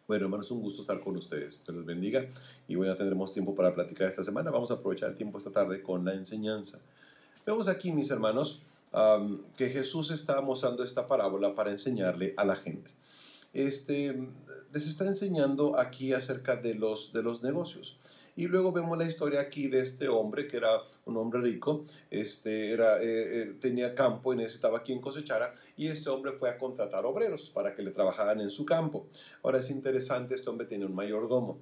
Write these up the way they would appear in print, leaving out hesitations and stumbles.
Bueno, hermanos, un gusto estar con ustedes. Dios los bendiga y bueno, tendremos tiempo para platicar esta semana. Vamos a aprovechar el tiempo esta tarde con la enseñanza. Vemos aquí, mis hermanos, que Jesús está mostrando esta parábola para enseñarle a la gente. Les está enseñando aquí acerca de los negocios. Y luego vemos la historia aquí de este hombre que era un hombre rico, tenía campo y necesitaba quien cosechara, y este hombre fue a contratar obreros para que le trabajaran en su campo. Ahora es interesante, este hombre tiene un mayordomo.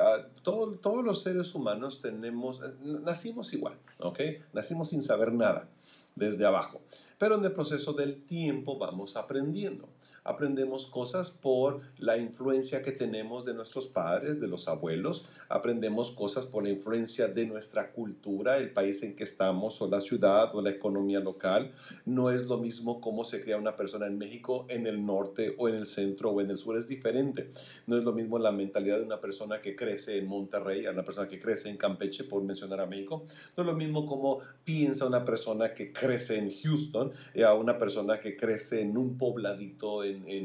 Todos los seres humanos nacimos igual, ¿ok? Nacimos sin saber nada desde abajo, pero en el proceso del tiempo vamos aprendiendo. Aprendemos cosas por la influencia que tenemos de nuestros padres, de los abuelos. Aprendemos cosas por la influencia de nuestra cultura, el país en que estamos, o la ciudad, o la economía local. No es lo mismo cómo se cría una persona en México, en el norte, o en el centro, o en el sur. Es diferente. No es lo mismo la mentalidad de una persona que crece en Monterrey a una persona que crece en Campeche, por mencionar a México. No es lo mismo cómo piensa una persona que crece en Houston a una persona que crece en un pobladito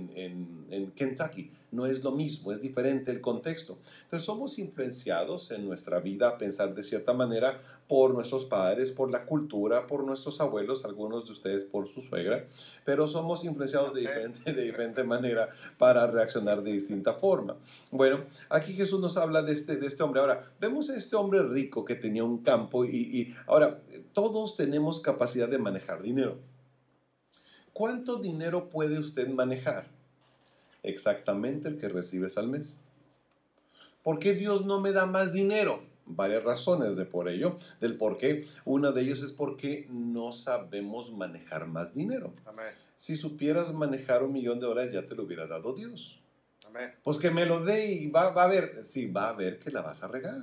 en Kentucky. No es lo mismo, es diferente el contexto. Entonces somos influenciados en nuestra vida a pensar de cierta manera por nuestros padres, por la cultura, por nuestros abuelos, algunos de ustedes por su suegra, pero somos influenciados de diferente manera para reaccionar de distinta forma. Bueno, aquí Jesús nos habla de este hombre. Ahora, vemos a este hombre rico que tenía un campo y ahora, todos tenemos capacidad de manejar dinero. ¿Cuánto dinero puede usted manejar? Exactamente el que recibes al mes. ¿Por qué Dios no me da más dinero? Varias razones de por ello, del por qué. Una de ellas es porque no sabemos manejar más dinero. Amén. Si supieras manejar $1,000,000, ya te lo hubiera dado Dios. Amén. Pues que me lo dé y va a ver. Sí, va a ver que la vas a regar.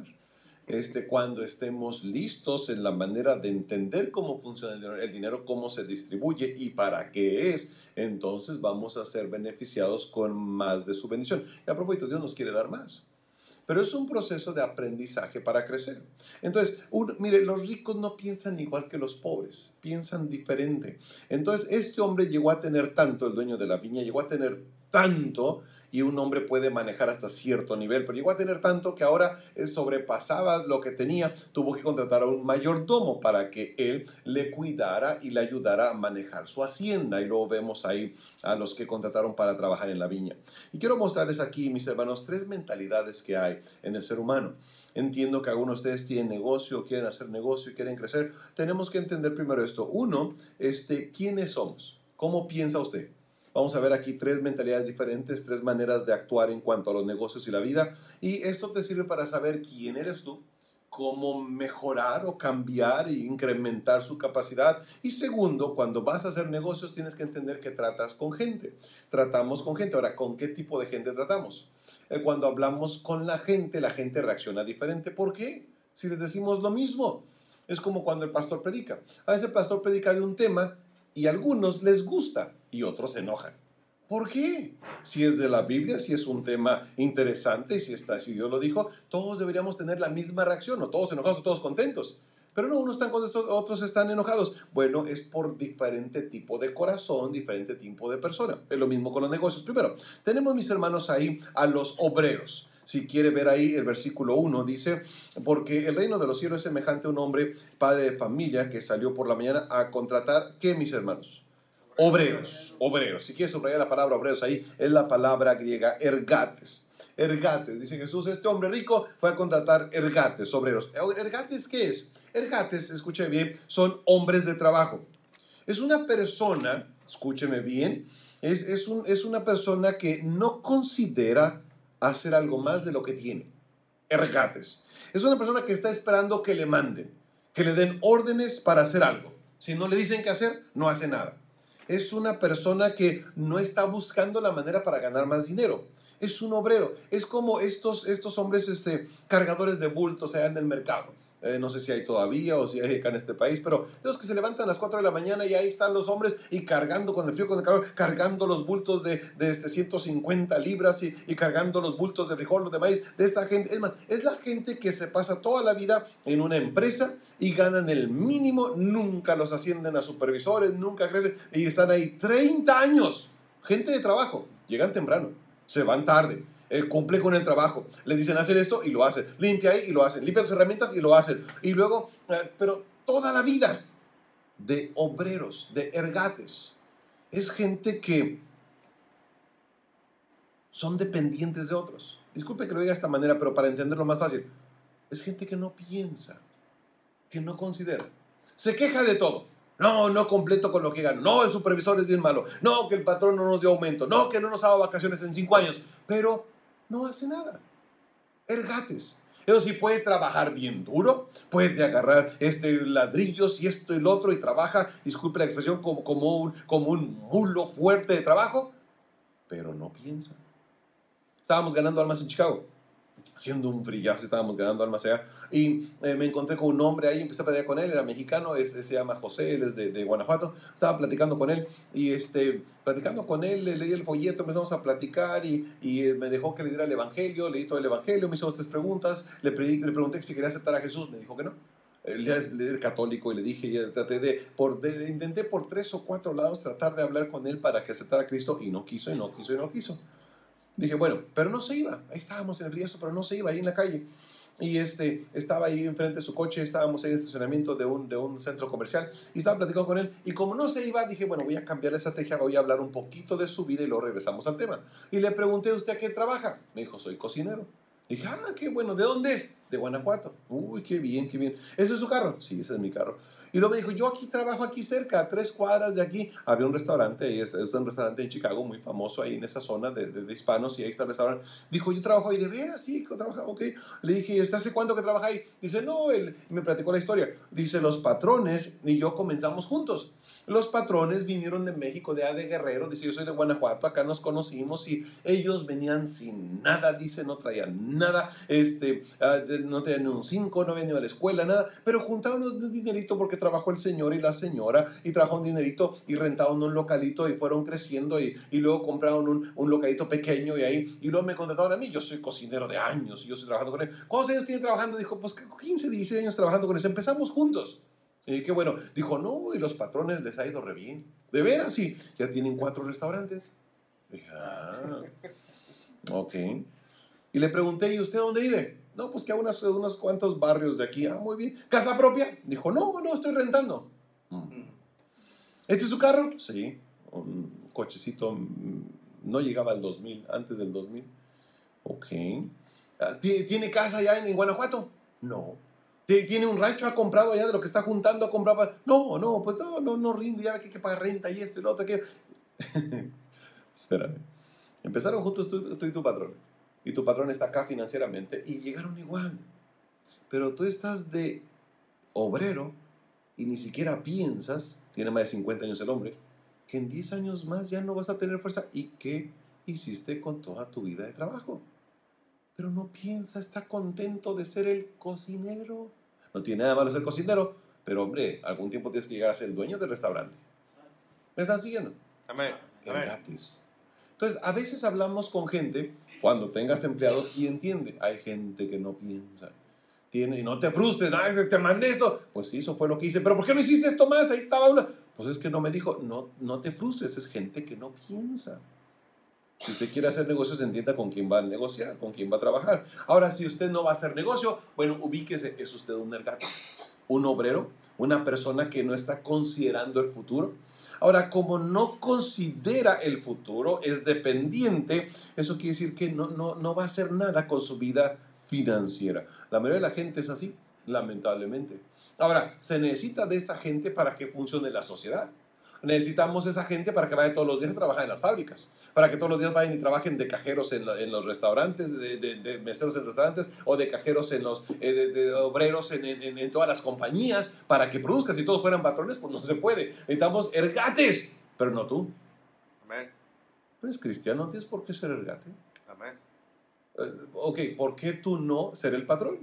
Cuando estemos listos en la manera de entender cómo funciona el dinero, cómo se distribuye y para qué es, entonces vamos a ser beneficiados con más de su bendición. Y a propósito, Dios nos quiere dar más. Pero es un proceso de aprendizaje para crecer. Entonces, mire, los ricos no piensan igual que los pobres, piensan diferente. Entonces, este hombre llegó a tener tanto, el dueño de la viña llegó a tener tanto, y un hombre puede manejar hasta cierto nivel, pero llegó a tener tanto que ahora sobrepasaba lo que tenía. Tuvo que contratar a un mayordomo para que él le cuidara y le ayudara a manejar su hacienda, y luego vemos ahí a los que contrataron para trabajar en la viña. Y quiero mostrarles aquí, mis hermanos, 3 mentalidades que hay en el ser humano. Entiendo que algunos de ustedes tienen negocio, quieren hacer negocio y quieren crecer. Tenemos que entender primero esto. Uno, ¿quiénes somos? ¿Cómo piensa usted? Vamos a ver aquí 3 mentalidades diferentes, 3 maneras de actuar en cuanto a los negocios y la vida. Y esto te sirve para saber quién eres tú, cómo mejorar o cambiar e incrementar su capacidad. Y segundo, cuando vas a hacer negocios tienes que entender que tratas con gente. Tratamos con gente. Ahora, ¿con qué tipo de gente tratamos? Cuando hablamos con la gente reacciona diferente. ¿Por qué? Si les decimos lo mismo. Es como cuando el pastor predica. A veces el pastor predica de un tema y a algunos les gusta y otros se enojan. ¿Por qué? Si es de la Biblia, si es un tema interesante, si Dios lo dijo, todos deberíamos tener la misma reacción, no todos enojados o todos contentos. Pero no, unos están contentos, otros están enojados. Bueno, es por diferente tipo de corazón, diferente tipo de persona. Es lo mismo con los negocios. Primero, tenemos, mis hermanos, ahí a los obreros. Si quiere ver ahí el versículo 1, dice, porque el reino de los cielos es semejante a un hombre, padre de familia, que salió por la mañana a contratar, ¿qué, mis hermanos? Obreros. Si quieres subrayar la palabra obreros ahí, es la palabra griega ergates. Ergates, dice Jesús, este hombre rico fue a contratar ergates, obreros. ¿Ergates qué es? Ergates, escuche bien, son hombres de trabajo. Es una persona, escúcheme bien, es una persona que no considera hacer algo más de lo que tiene. Ergates. Es una persona que está esperando que le manden, que le den órdenes para hacer algo. Si no le dicen qué hacer, no hace nada. Es una persona que no está buscando la manera para ganar más dinero. Es un obrero. Es como estos hombres cargadores de bultos allá en el mercado. No sé si hay todavía o si hay acá en este país, pero los que se levantan a las 4 de la mañana y ahí están los hombres y cargando con el frío, con el calor, cargando los bultos de 150 libras y cargando los bultos de frijol, de maíz, de esta gente. Es más, es la gente que se pasa toda la vida en una empresa y ganan el mínimo, nunca los ascienden a supervisores, nunca crecen y están ahí 30 años. Gente de trabajo, llegan temprano, se van tarde, cumple con el trabajo. Les dicen hacer esto y lo hacen. Limpia ahí y lo hacen. Limpia tus herramientas y lo hacen. Y luego, pero toda la vida de obreros, de ergates, es gente que son dependientes de otros. Disculpe que lo diga de esta manera, pero para entenderlo más fácil, es gente que no piensa, que no considera. Se queja de todo. No, no completo con lo que gano. No, el supervisor es bien malo. No, que el patrón no nos dio aumento. No, que no nos ha dado vacaciones en 5 años. Pero no hace nada. Ergates. Eso sí, puede trabajar bien duro, puede agarrar ladrillos y esto y lo otro y trabaja, disculpe la expresión, como un mulo fuerte de trabajo, pero no piensa. Estábamos ganando almas en Chicago, haciendo un frillazo, estábamos ganando almas allá, y me encontré con un hombre ahí, empecé a platicar con él, era mexicano, se llama José, él es de Guanajuato. Estaba platicando con él, y platicando con él, le di el folleto, empezamos a platicar, y me dejó que le diera el evangelio, leí todo el evangelio, me hizo 3 preguntas, le pregunté si quería aceptar a Jesús, me dijo que no. Él es católico, y le dije, intenté por 3 o 4 lados tratar de hablar con él para que aceptara a Cristo, y no quiso. Dije, bueno, pero no se iba. Ahí estábamos en el riesgo, pero no se iba, ahí en la calle. Y estaba ahí enfrente de su coche, estábamos ahí en el estacionamiento de un centro comercial, y estaba platicando con él, y como no se iba, dije, bueno, voy a cambiar la estrategia, voy a hablar un poquito de su vida, y luego regresamos al tema. Y le pregunté, ¿usted a qué trabaja? Me dijo, soy cocinero. Dije, qué bueno, ¿de dónde es? De Guanajuato. Uy, qué bien, qué bien. ¿Ese es su carro? Sí, ese es mi carro. Y luego me dijo, yo aquí trabajo aquí cerca, a 3 cuadras de aquí. Había un restaurante, y es un restaurante en Chicago muy famoso ahí en esa zona de hispanos, y ahí está el restaurante. Dijo, yo trabajo ahí. ¿De veras? Sí, trabaja, ok. Le dije, ¿está hace cuánto que trabaja ahí? Dice, no, él me platicó la historia. Dice, los patrones y yo comenzamos juntos. Los patrones vinieron de México, de Guerrero. Dice, yo soy de Guanajuato, acá nos conocimos, y ellos venían sin nada, dice, no traían nada, no tenían ni un 5, no habían ido a la escuela, nada, pero juntaron un dinerito porque trabajó el señor y la señora, y trabajaron un dinerito y rentaron un localito, y fueron creciendo, y luego compraron un localito pequeño, y luego me contrataron a mí. Yo soy cocinero de años, y yo estoy trabajando con él. ¿Cuántos años tiene trabajando? Dijo, pues 15, 16 años trabajando con él. Empezamos juntos. Qué bueno. Dijo, no, y los patrones les ha ido re bien. ¿De veras? Sí, ya tienen 4 restaurantes. Dije, ok. Y le pregunté, ¿y usted dónde vive? No, pues que a unos cuantos barrios de aquí. Muy bien. ¿Casa propia? Dijo, no, estoy rentando. ¿Este es su carro? Sí, un cochecito, no llegaba al 2000, antes del 2000. Ok. ¿Tiene casa allá en Guanajuato? No. ¿Tiene un rancho? ¿Ha comprado allá de lo que está juntando? ¿Ha comprado? No, pues no rinde, ya ve que hay que pagar renta y esto y lo otro. Espérame. Empezaron juntos tú y tu patrón. Y tu patrón está acá financieramente y llegaron igual. Pero tú estás de obrero y ni siquiera piensas, tiene más de 50 años el hombre, que en 10 años más ya no vas a tener fuerza. ¿Y qué hiciste con toda tu vida de trabajo? Pero no piensa, está contento de ser el cocinero. No tiene nada malo ser cocinero, pero hombre, algún tiempo tienes que llegar a ser el dueño del restaurante. ¿Me están siguiendo? Amén. Gratis. Entonces, a veces hablamos con gente, cuando tengas empleados, y entiende, hay gente que no piensa. Y no te frustres, te mandé esto. Pues sí, eso fue lo que hice. ¿Pero por qué no hiciste esto más? Ahí estaba una. Pues es que no me dijo. No te frustres, es gente que no piensa. Si usted quiere hacer negocios, entienda con quién va a negociar, con quién va a trabajar. Ahora, si usted no va a hacer negocio, bueno, ubíquese, es usted un ergato, un obrero, una persona que no está considerando el futuro. Ahora, como no considera el futuro, es dependiente, eso quiere decir que no va a hacer nada con su vida financiera. La mayoría de la gente es así, lamentablemente. Ahora, se necesita de esa gente para que funcione la sociedad. Necesitamos esa gente para que vaya todos los días a trabajar en las fábricas, para que todos los días vayan y trabajen de cajeros en los restaurantes, de meseros en restaurantes, o de cajeros de obreros en todas las compañías, para que produzcan. Si todos fueran patrones, pues no se puede. Necesitamos ergates, pero no tú. Amén. Eres cristiano, no tienes por qué ser ergate. Amén. Ok, ¿por qué tú no ser el patrón?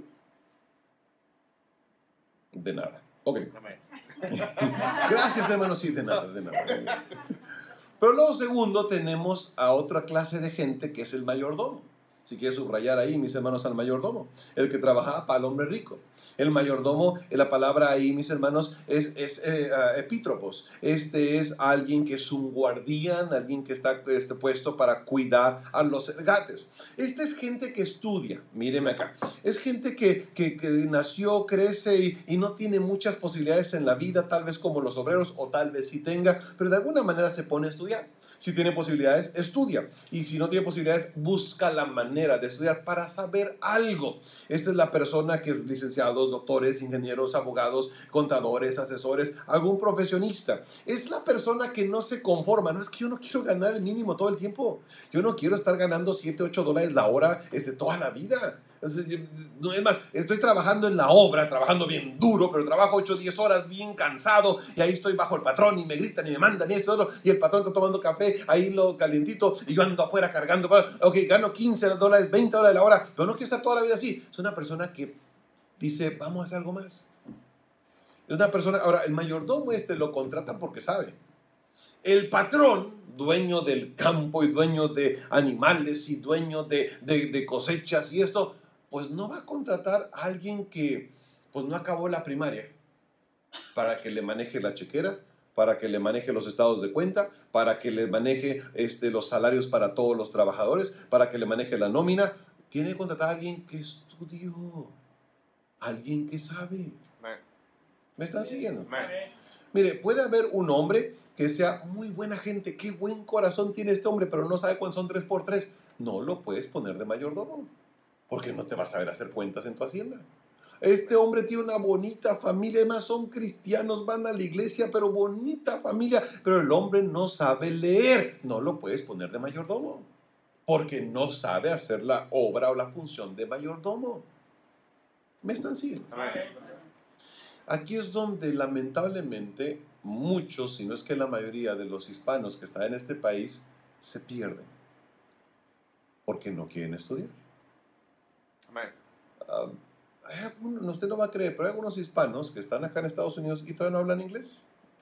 De nada. Ok. Amén. Gracias, hermano. Sí, de nada. Pero luego, segundo, tenemos a otra clase de gente que es el mayordomo. Si quieres subrayar ahí, mis hermanos, al mayordomo, el que trabajaba para el hombre rico. El mayordomo, la palabra ahí, mis hermanos, es epítropos. Este es alguien que es un guardián, alguien que está puesto para cuidar a los gatos. Esta es gente que estudia, míreme acá. Es gente que nació, crece y no tiene muchas posibilidades en la vida, tal vez como los obreros, o tal vez sí tenga, pero de alguna manera se pone a estudiar. Si tiene posibilidades, estudia. Y si no tiene posibilidades, busca la manera de estudiar para saber algo. Esta es la persona que licenciados, doctores, ingenieros, abogados, contadores, asesores, algún profesionista. Es la persona que no se conforma. No es que yo no quiero ganar el mínimo todo el tiempo. Yo no quiero estar ganando $7, $8 la hora toda la vida. No, es más, estoy trabajando en la obra, trabajando bien duro, pero trabajo 8 o 10 horas bien cansado y ahí estoy bajo el patrón y me gritan y me mandan y esto y otro, y el patrón está tomando café ahí lo calientito y yo ando afuera cargando. Ok, gano $15, $20 la hora, pero no quiero estar toda la vida así. Es una persona que dice, vamos a hacer algo más. Es una persona, ahora el mayordomo lo contratan porque sabe. El patrón, dueño del campo y dueño de animales y dueño de cosechas y esto, pues no va a contratar a alguien que pues no acabó la primaria para que le maneje la chequera, para que le maneje los estados de cuenta, para que le maneje los salarios para todos los trabajadores, para que le maneje la nómina. Tiene que contratar a alguien que estudió, alguien que sabe. ¿Me están siguiendo? Mire, puede haber un hombre que sea muy buena gente, qué buen corazón tiene este hombre, pero no sabe cuántos son 3 por 3. No lo puedes poner de mayordomo, porque no te vas a saber hacer cuentas en tu hacienda. Este hombre tiene una bonita familia, además son cristianos, van a la iglesia, pero bonita familia, pero el hombre no sabe leer. No lo puedes poner de mayordomo, porque no sabe hacer la obra o la función de mayordomo. ¿Me están siguiendo? Aquí es donde lamentablemente muchos, si no es que la mayoría de los hispanos que están en este país, se pierden porque no quieren estudiar. Usted no va a creer, pero hay algunos hispanos que están acá en Estados Unidos y todavía no hablan inglés.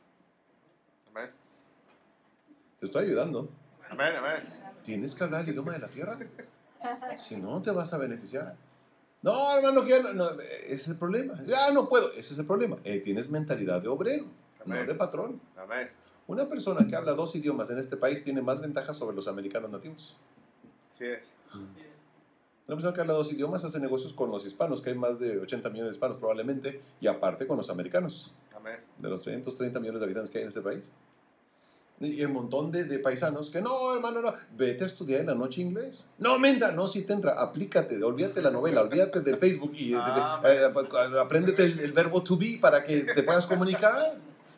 Te estoy ayudando. Tienes que hablar el idioma de la tierra. Si no, te vas a beneficiar. No, hermano, que no, ese es el problema. Ya no puedo, ese es el problema. Tienes mentalidad de obrero, no de patrón. Una persona que habla 2 idiomas en este país tiene más ventajas sobre los americanos nativos. Sí es. Una persona que habla 2 idiomas hace negocios con los hispanos, que hay más de 80 millones de hispanos probablemente, y aparte con los americanos. De los 330 millones de habitantes que hay en este país. Y un montón de paisanos que no, hermano, no, vete a estudiar en la noche inglés. No, menta, no, si te entra, aplícate, olvídate de la novela, olvídate del Facebook y apréndete el verbo to be para que te puedas comunicar.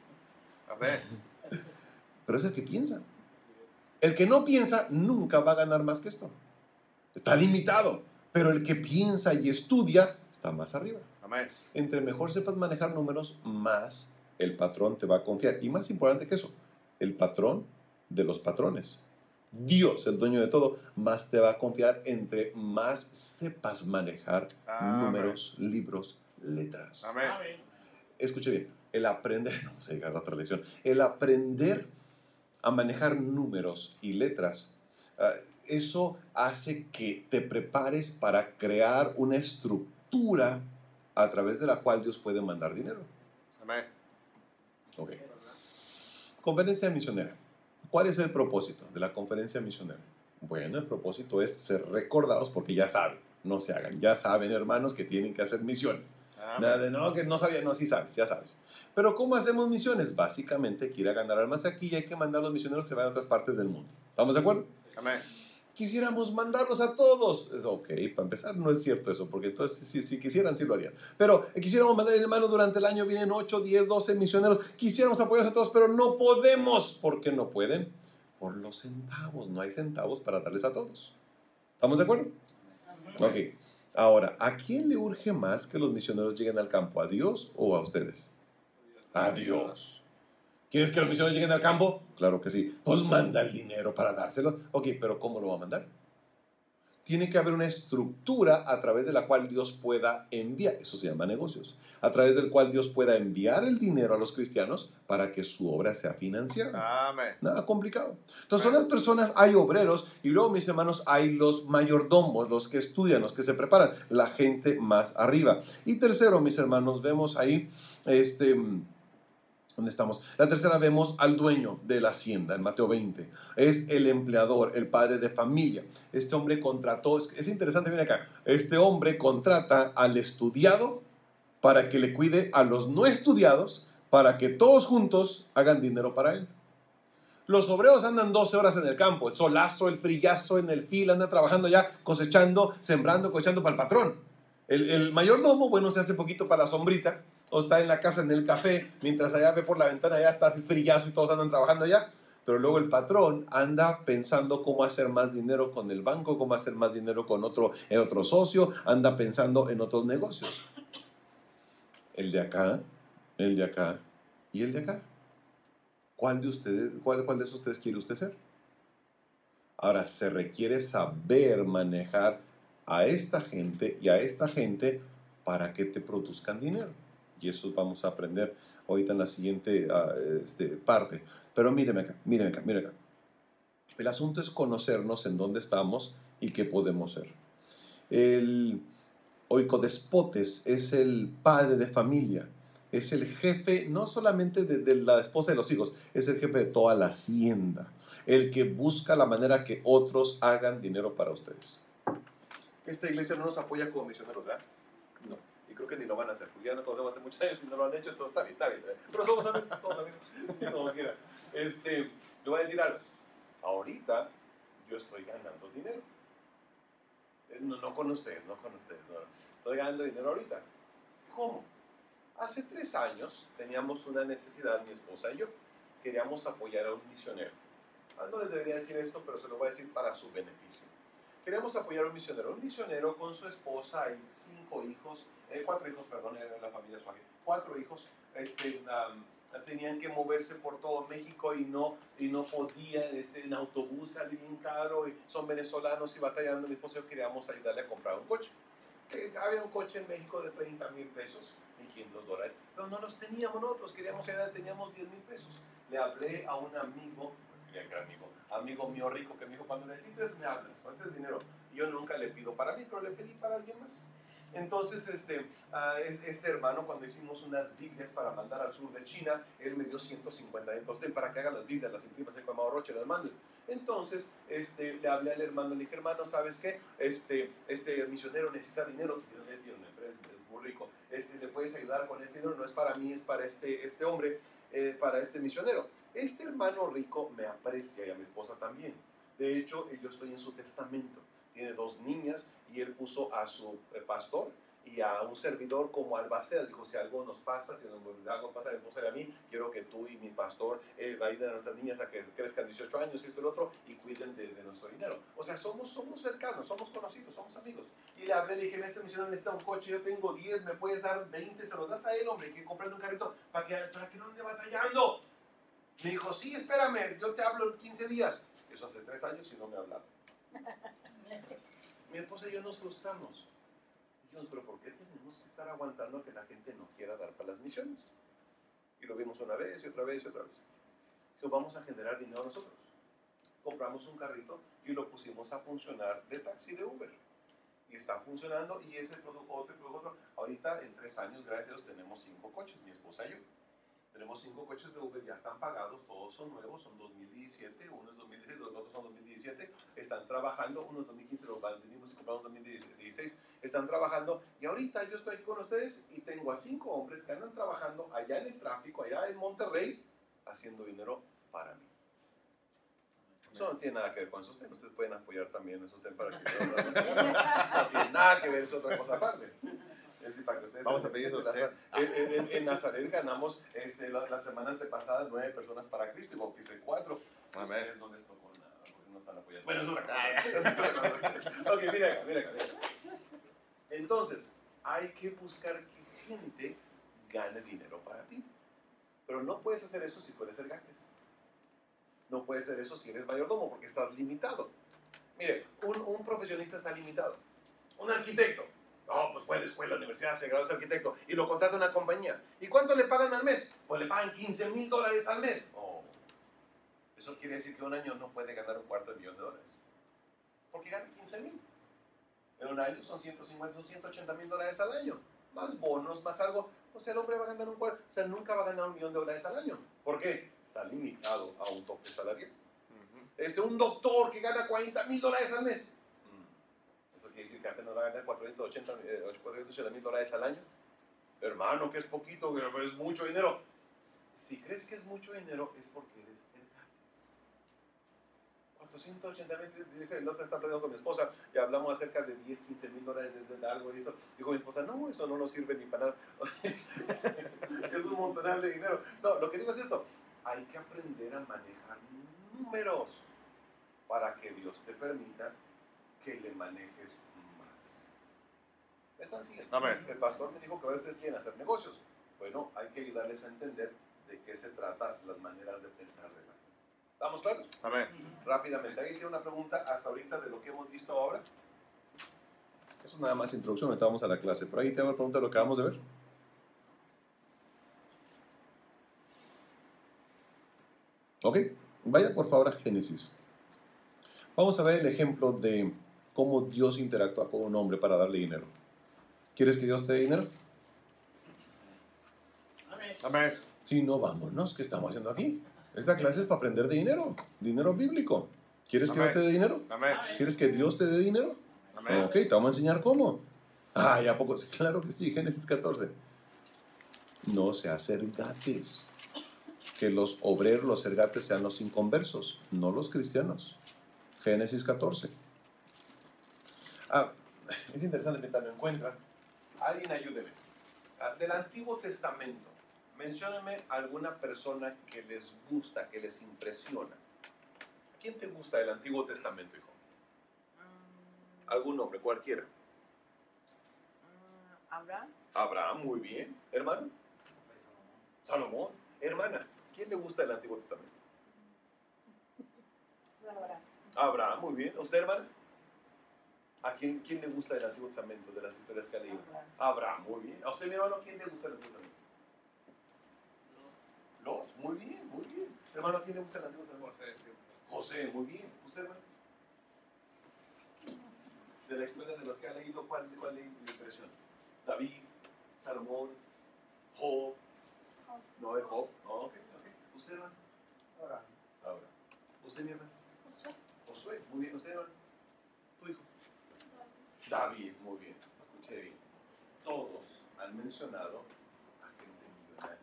Pero es el que piensa. El que no piensa nunca va a ganar más que esto. Está limitado. Pero el que piensa y estudia está más arriba. Entre mejor sepas manejar números, más el patrón te va a confiar. Y más importante que eso, el patrón de los patrones, Dios, el dueño de todo, más te va a confiar entre más sepas manejar números, libros, letras. Escuche bien, el aprender, no vamos a llegar a otra lección, el aprender a manejar números y letras, eso hace que te prepares para crear una estructura a través de la cual Dios puede mandar dinero. Ok. Conferencia misionera. ¿Cuál es el propósito de la conferencia misionera? Bueno, el propósito es ser recordados porque ya saben, no se hagan. Ya saben, hermanos, que tienen que hacer misiones. Nada de no, que no sabía, no, sí sabes, ya sabes. Pero ¿cómo hacemos misiones? Básicamente, quiere ganar almas aquí y hay que mandar a los misioneros que vayan a otras partes del mundo. ¿Estamos de acuerdo? Quisiéramos mandarlos a todos. Ok, para empezar, no es cierto eso, porque entonces si quisieran, sí lo harían. Pero quisiéramos mandar, hermano, durante el año vienen 8, 10, 12 misioneros. Quisiéramos apoyar a todos, pero no podemos. ¿Por qué no pueden? Por los centavos. No hay centavos para darles a todos. ¿Estamos de acuerdo? Ok. Ahora, ¿a quién le urge más que los misioneros lleguen al campo? ¿A Dios o a ustedes? A Dios. ¿Quieres que los misioneros lleguen al campo? Claro que sí. Pues manda el dinero para dárselo. Ok, pero ¿cómo lo va a mandar? tiene que haber una estructura a través de la cual Dios pueda enviar, eso se llama negocios, a través del cual Dios pueda enviar el dinero a los cristianos para que su obra sea financiada. Amén. Nada complicado. Entonces son las personas, hay obreros y luego, mis hermanos, hay los mayordomos, los que estudian, los que se preparan, la gente más arriba. Y tercero, mis hermanos, vemos ahí, ¿dónde estamos? La tercera vemos al dueño de la hacienda, en Mateo 20. Es el empleador, el padre de familia. Este hombre contrató, es interesante, mira acá, este hombre contrata al estudiado para que le cuide a los no estudiados, para que todos juntos hagan dinero para él. Los obreros andan 12 horas en el campo, el solazo, el frillazo, en el fil, andan trabajando ya, cosechando, sembrando, cosechando para el patrón. El mayordomo, bueno, se hace poquito para la sombrita, o está en la casa en el café, mientras allá ve por la ventana, ya está así frillazo y todos andan trabajando allá. Pero luego el patrón anda pensando cómo hacer más dinero con el banco, cómo hacer más dinero con otro socio, anda pensando en otros negocios. El de acá, el de acá y el de acá. ¿Cuál de esos ustedes quiere usted ser? Ahora, se requiere saber manejar a esta gente y a esta gente para que te produzcan dinero. Y eso vamos a aprender ahorita en la siguiente parte. Pero míreme acá, míreme acá, míreme acá. El asunto es conocernos en dónde estamos y qué podemos ser. El oikodespotes es el padre de familia. Es el jefe no solamente de la esposa y los hijos, es el jefe de toda la hacienda. El que busca la manera que otros hagan dinero para ustedes. Esta iglesia no nos apoya como misioneros, ¿verdad? No. Y creo que ni lo van a hacer, porque ya nos conocemos hace muchos años y no lo han hecho, entonces está bien. Pero somos amigos, como quiera. Le voy a decir algo. Ahorita yo estoy ganando dinero. No con ustedes, no. Estoy ganando dinero ahorita. ¿Cómo? Hace 3 años teníamos una necesidad, mi esposa y yo. Queríamos apoyar a un misionero. No les debería decir esto, pero se lo voy a decir para su beneficio. Queríamos apoyar a un misionero con su esposa y 4 hijos, perdón, era la familia Suárez, 4 hijos, tenían que moverse por todo México y no podían, en autobús salir bien caro, y son venezolanos y batallando. Mi esposa y yo queríamos ayudarle a comprar un coche. Había un coche en México de 30,000 pesos, $1,500, pero no los teníamos nosotros, queríamos ayudar, teníamos 10,000 pesos. Le hablé a un amigo mío rico, que me dijo, cuando necesites me hablas, cuánto es dinero. Y yo nunca le pido para mí, pero le pedí para alguien más. Entonces, este hermano, cuando hicimos unas Biblias para mandar al sur de China, él me dio 150,000 para que haga las Biblias, las imprimas en Camado Roche, las mandes. Entonces, le hablé al hermano, le dije, hermano, ¿sabes qué? Este misionero necesita dinero, es muy rico, ¿le puedes ayudar con este dinero? No es para mí, es para este hombre, para este misionero. Este hermano rico me aprecia y a mi esposa también. De hecho, yo estoy en su testamento. Tiene 2 niñas y él puso a su pastor y a un servidor como albacea. Dijo, si algo nos pasa, si algo pasa a mi esposa y a mí, quiero que tú y mi pastor ayuden a nuestras niñas a que crezcan 18 años y esto y lo otro y cuiden de nuestro dinero. O sea, somos cercanos, somos conocidos, somos amigos. Y le hablé, le dije, este misionero necesita un coche, yo tengo 10, me puedes dar 20, se los das a él, hombre, que comprarle un carrito para que no ande batallando. Me dijo, sí, espérame, yo te hablo en 15 días. Eso hace 3 años y no me hablaron. Mi esposa y yo nos frustramos. Dijimos, pero ¿por qué tenemos que estar aguantando a que la gente no quiera dar para las misiones? Y lo vimos una vez y otra vez y otra vez. Dijimos, vamos a generar dinero nosotros. Compramos un carrito y lo pusimos a funcionar de taxi de Uber. Y está funcionando y ese producto. Ahorita en 3 años, gracias a Dios, tenemos 5 coches, mi esposa y yo. Tenemos 5 coches de Uber, ya están pagados, todos son nuevos, son 2017, uno es 2016, los otros son 2017, están trabajando, unos 2015 los vendimos y compramos 2016, están trabajando, y ahorita yo estoy aquí con ustedes y tengo a 5 hombres que andan trabajando allá en el tráfico, allá en Monterrey, haciendo dinero para mí. Eso no tiene nada que ver con esos temas, ustedes pueden apoyar también esos temas para que no tiene nada que ver, es otra cosa aparte. Para que ustedes vamos a pedir eso a usted. En Nazaret ganamos la semana antepasada 9 personas para Cristo y bauticé 4. Ustedes no les tocó nada, porque no están apoyando. Bueno, es otra cosa. Ok, mira acá. Entonces, hay que buscar que gente gane dinero para ti. Pero no puedes hacer eso si tú eres el ganes. No puedes hacer eso si eres mayordomo, porque estás limitado. Mire, un profesionista está limitado. Un arquitecto. No, pues fue a la escuela, universidad, se graduó de arquitecto y lo contrata una compañía. ¿Y cuánto le pagan al mes? Pues le pagan $15,000 al mes. Oh, eso quiere decir que un año no puede ganar $250,000. Porque gana 15,000. En un año son 150, son $180,000 al año. Más bonos, más algo. O sea, el hombre va a ganar nunca va a ganar $1,000,000 al año. ¿Por qué? Está limitado a un tope salarial. Un doctor que gana $40,000 al mes. Eso quiere decir que apenas va a ganar $480,000 al año. Hermano, que es poquito, que es mucho dinero. Si crees que es mucho dinero, es porque eres el gratis. 480,000, dije, el otro está hablando con mi esposa y hablamos acerca de $10,000, $15,000 de algo y eso. Dijo mi esposa, no, eso no nos sirve ni para nada. Es un montonal de dinero. No, lo que digo es esto. Hay que aprender a manejar números para que Dios te permita que le manejes más. ¿Me están siguiendo? Amén. El pastor me dijo que ustedes quieren hacer negocios. Bueno, hay que ayudarles a entender de qué se trata las maneras de pensar de la gente. ¿Estamos claros? Amén. Rápidamente, ¿alguien tiene una pregunta hasta ahorita de lo que hemos visto ahora? Eso es nada más introducción, ahorita vamos a la clase. ¿Por ahí tengo una pregunta de lo que acabamos de ver? Ok, vaya por favor a Génesis. Vamos a ver el ejemplo de cómo Dios interactúa con un hombre para darle dinero. ¿Quieres que Dios te dé dinero? Amén. Si no, vámonos, ¿qué estamos haciendo aquí? Esta clase es para aprender de dinero, dinero bíblico. ¿Quieres que yo te dé dinero? Amén. ¿Quieres que Dios te dé dinero? Amén. Ok, te vamos a enseñar cómo. Ay, ¿a poco? Claro que sí, Génesis 14. No seas sergates. Que los obreros, los sergates sean los inconversos, no los cristianos. Génesis 14. Es interesante mientras lo encuentran. Alguien ayúdeme. Del Antiguo Testamento, mencióname alguna persona que les gusta, que les impresiona. ¿Quién te gusta del Antiguo Testamento, hijo? Algún nombre, cualquiera. Abraham. Abraham, muy bien. ¿Hermano? Salomón. Hermana, ¿quién le gusta del Antiguo Testamento? Abraham. Abraham, muy bien. ¿A usted, hermana? ¿A quién le gusta del Antiguo Testamento, de las historias que ha leído? Abraham, muy bien. ¿A usted, mi hermano, quién le gusta del Antiguo Testamento? Lot, muy bien, muy bien. Hermano, ¿a quién le gusta el Antiguo Testamento? José, muy bien. ¿Usted, hermano? De la historia de los que ha leído, ¿cuál le impresiona? David, Salomón, Job. No, es Job. No, ok. ¿Usted, hermano? Abraham. ¿Usted, mi hermano? Josué, muy bien. ¿Usted, hermano? ¿Tu hijo? David, muy bien. Escuché bien. Todos han mencionado a gente millonaria.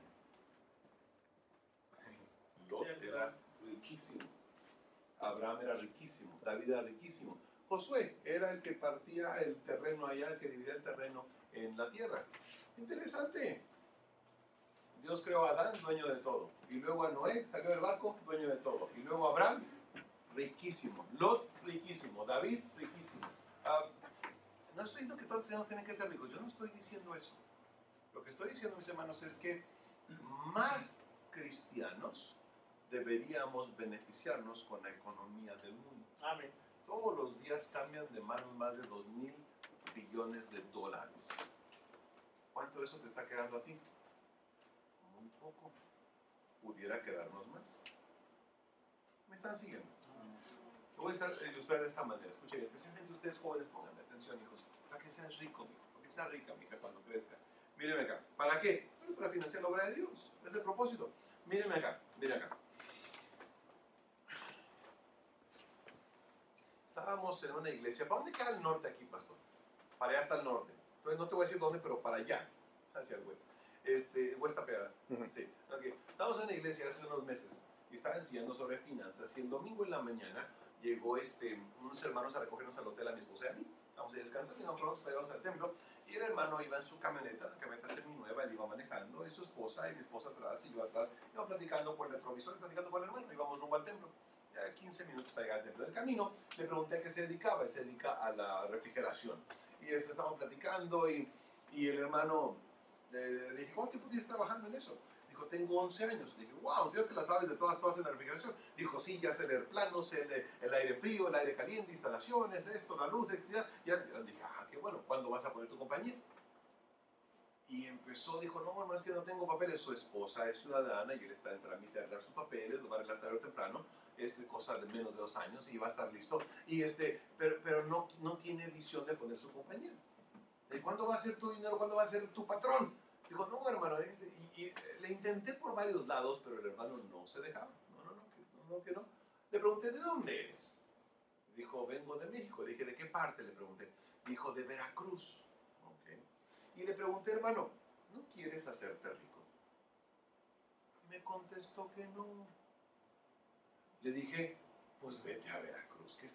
Lot era riquísimo. Abraham era riquísimo. David era riquísimo. Josué era el que partía el terreno allá, el que dividía el terreno en la tierra. Interesante. Dios creó a Adán, dueño de todo. Y luego a Noé, salió del barco, dueño de todo. Y luego a Abraham, riquísimo. Lot, riquísimo. David, riquísimo. No estoy diciendo que todos los cristianos tienen que ser ricos. Yo no estoy diciendo eso. Lo que estoy diciendo, mis hermanos, es que más cristianos deberíamos beneficiarnos con la economía del mundo. Amén. Todos los días cambian de manos más de 2,000 billones de dólares. ¿Cuánto de eso te está quedando a ti? Muy poco. Pudiera quedarnos más. ¿Me están siguiendo? Lo voy a ilustrar de esta manera. Escuchen, especialmente ustedes jóvenes, pónganme atención, hijos. Para que seas rico, mijo. Para que seas rica, mija, cuando crezca. Mírenme acá. ¿Para qué? Para financiar la obra de Dios. Es el propósito. Mírenme acá. Miren acá. Estábamos en una iglesia. ¿Para dónde queda el norte aquí, pastor? Para allá está el norte. Entonces no te voy a decir dónde, pero para allá. Hacia el oeste. Huesta Pegada. Sí. Okay. Estábamos en una iglesia hace unos meses y estaban enseñando sobre finanzas. Y el domingo en la mañana llegó unos hermanos a recogernos al hotel a mi esposa y a mí. Vamos a descansar y nosotros íbamos al templo. Y el hermano iba en su camioneta, la camioneta seminueva, él iba manejando, y su esposa, y mi esposa atrás, y yo atrás. Íbamos platicando por el retrovisor, platicando con el hermano, íbamos rumbo al templo. Ya 15 minutos para llegar al templo. Del camino le pregunté a qué se dedicaba. Él se dedica a la refrigeración. Y estábamos platicando, y el hermano le dije, ¿cuánto tiempo tienes trabajando en eso? Dijo, Dijo, tengo 11 años. Le dije, wow, tío, que la sabes de todas en la refrigeración. Dijo, sí, ya sé leer planos, sé el aire frío, el aire caliente, instalaciones, esto, la luz, etc. Ya dije, qué bueno, ¿cuándo vas a poner tu compañía? Y empezó, dijo, no, es que no tengo papeles. Su esposa es ciudadana y él está en trámite de arreglar sus papeles, lo va a arreglar tarde o temprano, es cosa de menos de 2 años y va a estar listo. Y pero no tiene visión de poner su compañía. ¿Cuándo va a ser tu dinero? ¿Cuándo va a ser tu patrón? Dijo, no, hermano, y le intenté por varios lados, pero el hermano no se dejaba. Que no. Le pregunté, ¿de dónde eres? Dijo, vengo de México. Le dije, ¿de qué parte? Le pregunté. Dijo, de Veracruz. Okay. Y le pregunté, hermano, ¿no quieres hacerte rico? Me contestó que no. Le dije, pues vete a Veracruz,